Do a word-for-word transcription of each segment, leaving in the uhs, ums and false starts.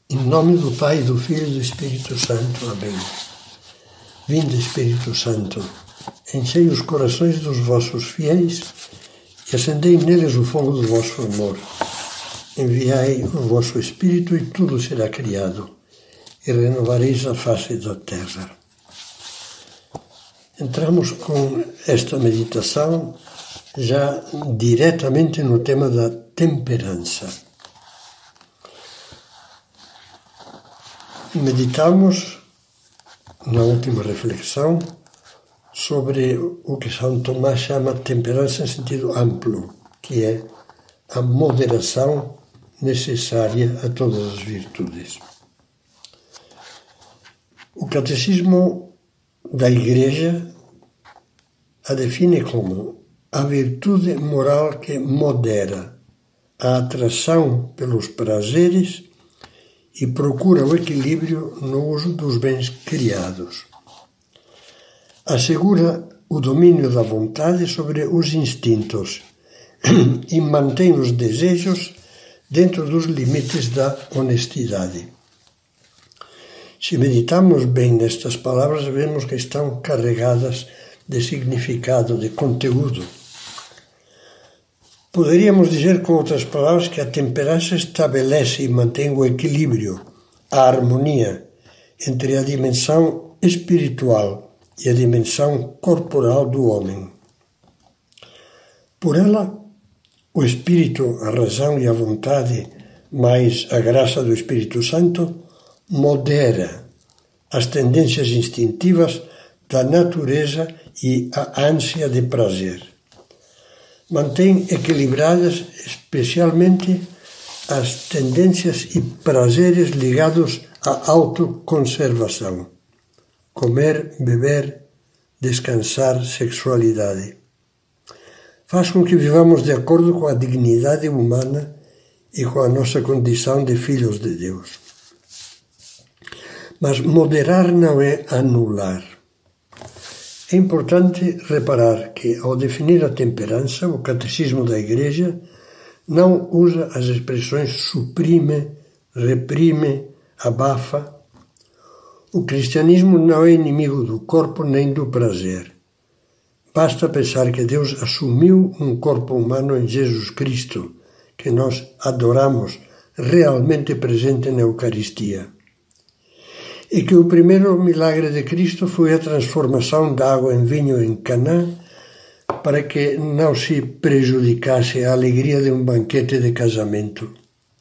Em nome do Pai, do Filho e do Espírito Santo. Amém. Vinde, Espírito Santo, enchei os corações dos vossos fiéis e acendei neles o fogo do vosso amor. Enviai o vosso Espírito e tudo será criado, e renovareis a face da terra. Entramos com esta meditação já diretamente no tema da temperança. Meditamos na última reflexão sobre o que São Tomás chama de temperança em sentido amplo, que é a moderação necessária a todas as virtudes. O Catecismo da Igreja a define como a virtude moral que modera a atração pelos prazeres e procura o equilíbrio no uso dos bens criados. Assegura o domínio da vontade sobre os instintos e mantém os desejos dentro dos limites da honestidade. Se meditamos bem nestas palavras, vemos que estão carregadas de significado, de conteúdo. Poderíamos dizer, com outras palavras, que a temperança estabelece e mantém o equilíbrio, a harmonia entre a dimensão espiritual e a dimensão corporal do homem. Por ela, o espírito, a razão e a vontade, mais a graça do Espírito Santo, modera as tendências instintivas da natureza e a ânsia de prazer. Mantém equilibradas especialmente as tendências e prazeres ligados à autoconservação, comer, beber, descansar, sexualidade. Faz com que vivamos de acordo com a dignidade humana e com a nossa condição de filhos de Deus. Mas moderar não é anular. É importante reparar que, ao definir a temperança, o Catecismo da Igreja não usa as expressões suprime, reprime, abafa. O cristianismo não é inimigo do corpo nem do prazer. Basta pensar que Deus assumiu um corpo humano em Jesus Cristo, que nós adoramos realmente presente na Eucaristia. E que o primeiro milagre de Cristo foi a transformação da água em vinho em Caná, para que não se prejudicasse a alegria de um banquete de casamento.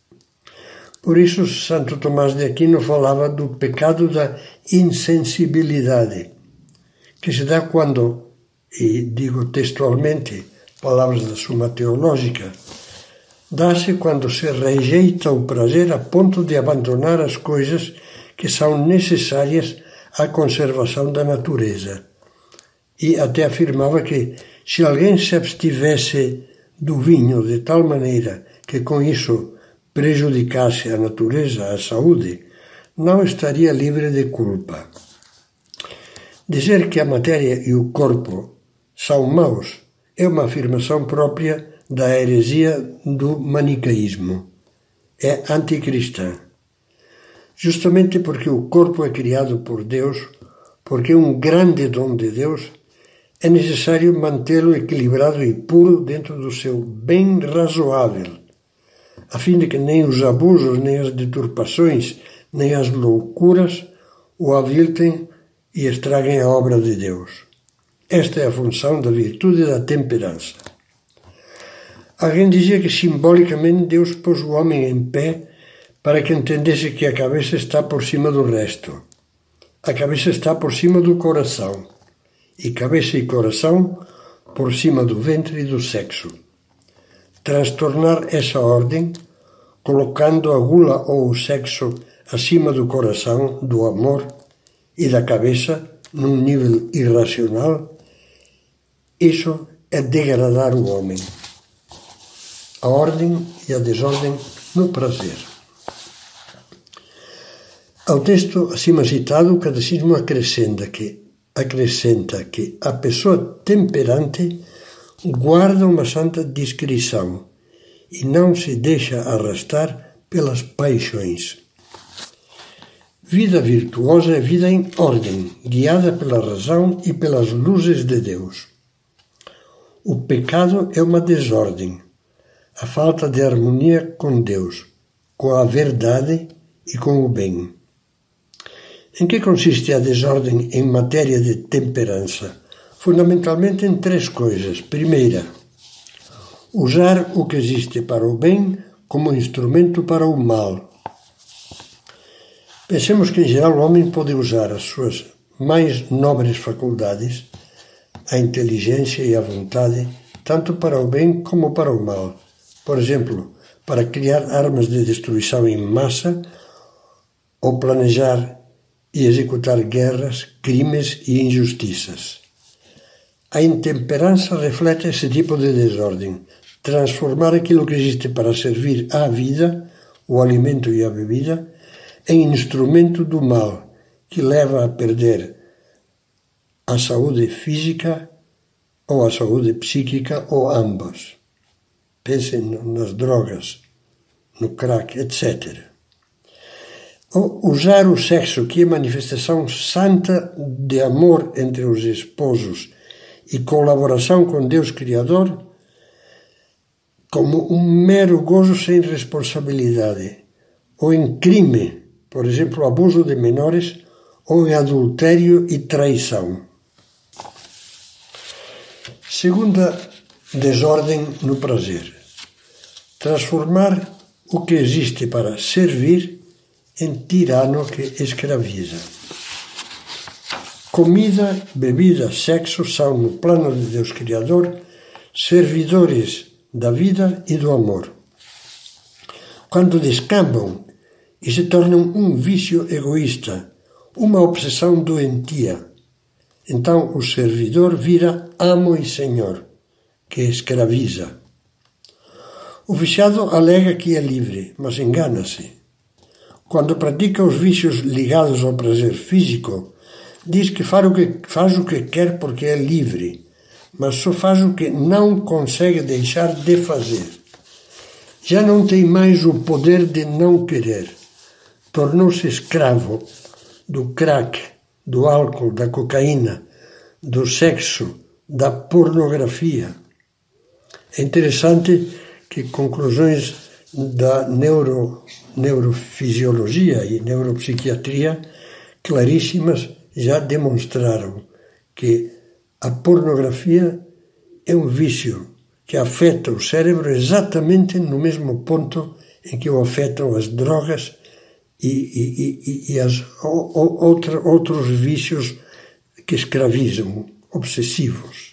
Por isso, Santo Tomás de Aquino falava do pecado da insensibilidade, que se dá quando, e digo textualmente, palavras da Suma Teológica, dá-se quando se rejeita o prazer a ponto de abandonar as coisas que são necessárias à conservação da natureza. E até afirmava que, se alguém se abstivesse do vinho de tal maneira que com isso prejudicasse a natureza, a saúde, não estaria livre de culpa. Dizer que a matéria e o corpo são maus é uma afirmação própria da heresia do manicaísmo. É anticristã. Justamente porque o corpo é criado por Deus, porque é um grande dom de Deus, é necessário mantê-lo equilibrado e puro dentro do seu bem razoável, a fim de que nem os abusos, nem as deturpações, nem as loucuras o aviltem e estraguem a obra de Deus. Esta é a função da virtude da temperança. Alguém dizia que simbolicamente Deus pôs o homem em pé para que entendesse que a cabeça está por cima do resto. A cabeça está por cima do coração, e cabeça e coração por cima do ventre e do sexo. Transtornar essa ordem, colocando a gula ou o sexo acima do coração, do amor e da cabeça, num nível irracional, isso é degradar o homem. A ordem e a desordem no prazer. Ao texto acima citado, o Catecismo acrescenta que, acrescenta que a pessoa temperante guarda uma santa discrição e não se deixa arrastar pelas paixões. Vida virtuosa é vida em ordem, guiada pela razão e pelas luzes de Deus. O pecado é uma desordem, a falta de harmonia com Deus, com a verdade e com o bem. Em que consiste a desordem em matéria de temperança? Fundamentalmente em três coisas. Primeira, usar o que existe para o bem como instrumento para o mal. Pensemos que, em geral, o homem pode usar as suas mais nobres faculdades, a inteligência e a vontade, tanto para o bem como para o mal. Por exemplo, para criar armas de destruição em massa ou planejar e executar guerras, crimes e injustiças. A intemperança reflete esse tipo de desordem, transformar aquilo que existe para servir à vida, o alimento e a bebida, em instrumento do mal, que leva a perder a saúde física ou a saúde psíquica ou ambas. Pensem nas drogas, no crack, etcétera. Ou usar o sexo, que é manifestação santa de amor entre os esposos e colaboração com Deus Criador, como um mero gozo sem responsabilidade, ou em crime, por exemplo, abuso de menores, ou em adultério e traição. Segunda desordem no prazer. Transformar o que existe para servir em tirano que escraviza. Comida, bebida, sexo são, no plano de Deus Criador, servidores da vida e do amor. Quando descambam e se tornam um vício egoísta, uma obsessão doentia, então o servidor vira amo e senhor, que escraviza. O viciado alega que é livre, mas engana-se. Quando pratica os vícios ligados ao prazer físico, diz que faz o que, faz o que quer porque é livre, mas só faz o que não consegue deixar de fazer. Já não tem mais o poder de não querer. Tornou-se escravo do crack, do álcool, da cocaína, do sexo, da pornografia. É interessante que conclusões da neuro, neurofisiologia e neuropsiquiatria claríssimas já demonstraram que a pornografia é um vício que afeta o cérebro exatamente no mesmo ponto em que o afetam as drogas e, e, e, e as, o, outra, outros vícios que escravizam, obsessivos.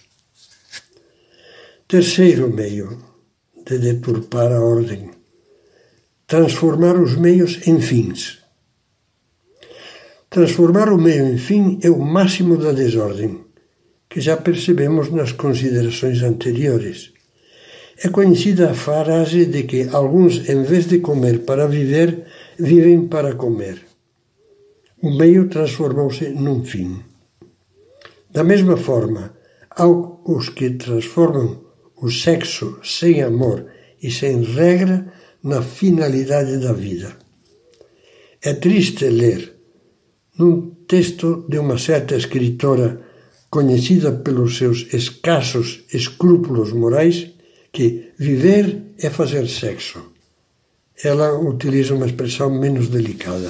Terceiro meio de deturpar a ordem: transformar os meios em fins. Transformar o meio em fim é o máximo da desordem, que já percebemos nas considerações anteriores. É conhecida a frase de que alguns, em vez de comer para viver, vivem para comer. O meio transformou-se num fim. Da mesma forma, há os que transformam o sexo sem amor e sem regra na finalidade da vida. É triste ler, num texto de uma certa escritora conhecida pelos seus escassos escrúpulos morais, que viver é fazer sexo. Ela utiliza uma expressão menos delicada.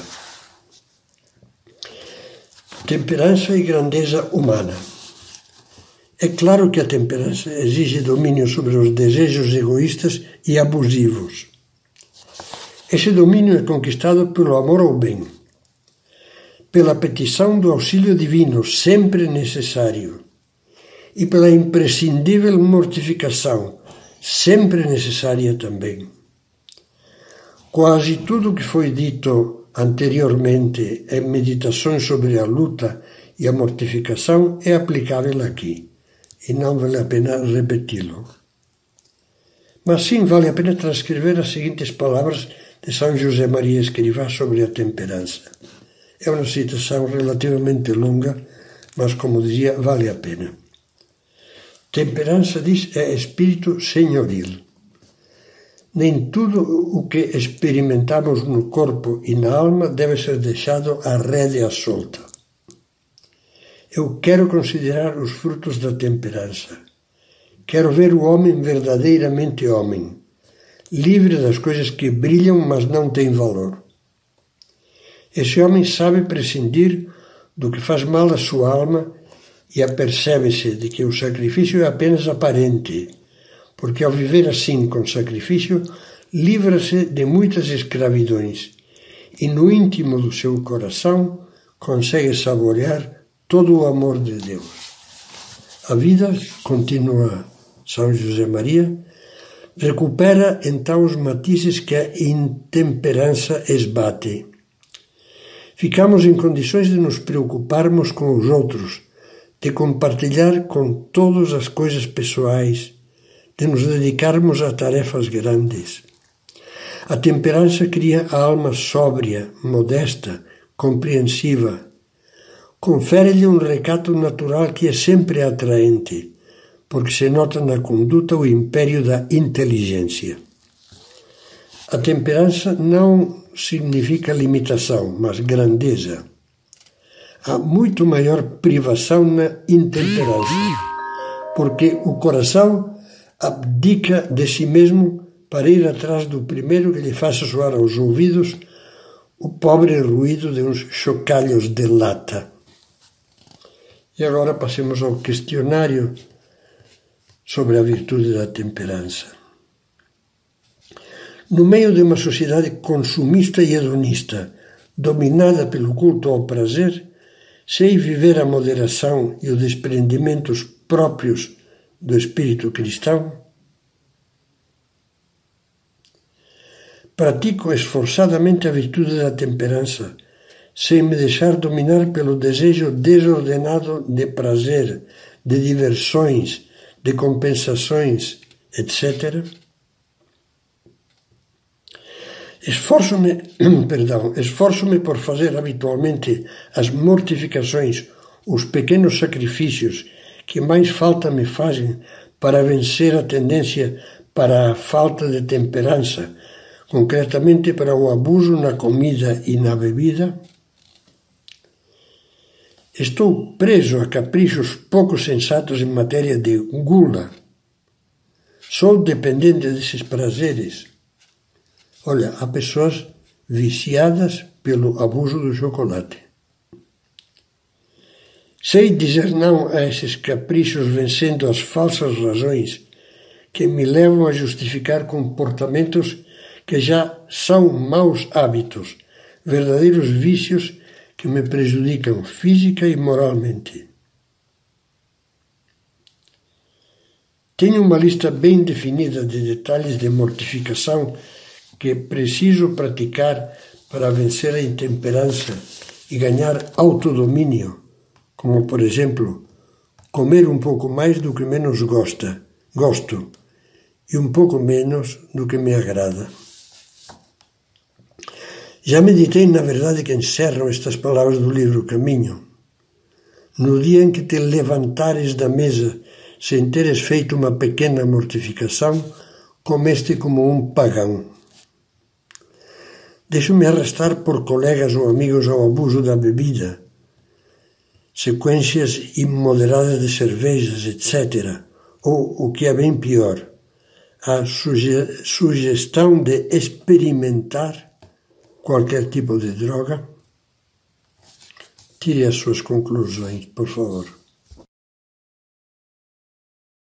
Temperança e grandeza humana. É claro que a temperança exige domínio sobre os desejos egoístas e abusivos. Esse domínio é conquistado pelo amor ao bem, pela petição do auxílio divino, sempre necessário, e pela imprescindível mortificação, sempre necessária também. Quase tudo o que foi dito anteriormente em meditações sobre a luta e a mortificação é aplicável aqui, e não vale a pena repeti-lo. Mas sim vale a pena transcrever as seguintes palavras de São José Maria Escrivá sobre a temperança. É uma citação relativamente longa, mas, como dizia, vale a pena. Temperança, diz, é espírito senhoril. Nem tudo o que experimentamos no corpo e na alma deve ser deixado à rédea solta. Eu quero considerar os frutos da temperança. Quero ver o homem verdadeiramente homem, livre das coisas que brilham, mas não têm valor. Esse homem sabe prescindir do que faz mal à sua alma e apercebe-se de que o sacrifício é apenas aparente, porque ao viver assim com sacrifício, livra-se de muitas escravidões e no íntimo do seu coração consegue saborear todo o amor de Deus. A vida, continua São José Maria, recupera então os matizes que a intemperança esbate. Ficamos em condições de nos preocuparmos com os outros, de compartilhar com todos as coisas pessoais, de nos dedicarmos a tarefas grandes. A temperança cria a alma sóbria, modesta, compreensiva. Confere-lhe um recato natural que é sempre atraente, porque se nota na conduta o império da inteligência. A temperança não significa limitação, mas grandeza. Há muito maior privação na intemperança, porque o coração abdica de si mesmo para ir atrás do primeiro que lhe faça soar aos ouvidos o pobre ruído de uns chocalhos de lata. E agora passemos ao questionário sobre a virtude da temperança. No meio de uma sociedade consumista e hedonista, dominada pelo culto ao prazer, sei viver a moderação e os desprendimentos próprios do espírito cristão? Pratico esforçadamente a virtude da temperança, sem me deixar dominar pelo desejo desordenado de prazer, de diversões, de compensações, etcétera. Esforço-me, perdão, esforço-me por fazer habitualmente as mortificações, os pequenos sacrifícios que mais falta me fazem para vencer a tendência para a falta de temperança, concretamente para o abuso na comida e na bebida? Estou preso a caprichos pouco sensatos em matéria de gula. Sou dependente desses prazeres. Olha, há pessoas viciadas pelo abuso do chocolate. Sei dizer não a esses caprichos vencendo as falsas razões que me levam a justificar comportamentos que já são maus hábitos, verdadeiros vícios que me prejudicam física e moralmente. Tenho uma lista bem definida de detalhes de mortificação que preciso praticar para vencer a intemperança e ganhar autodomínio, como, por exemplo, comer um pouco mais do que menos gosta, gosto e um pouco menos do que me agrada. Já meditei na verdade que encerram estas palavras do livro Caminho. No dia em que te levantares da mesa sem teres feito uma pequena mortificação, comeste como um pagão. Deixo-me arrastar por colegas ou amigos ao abuso da bebida, sequências imoderadas de cervejas, etcétera, ou, o que é bem pior, a suge- sugestão de experimentar qualquer tipo de droga. Tire as suas conclusões, por favor.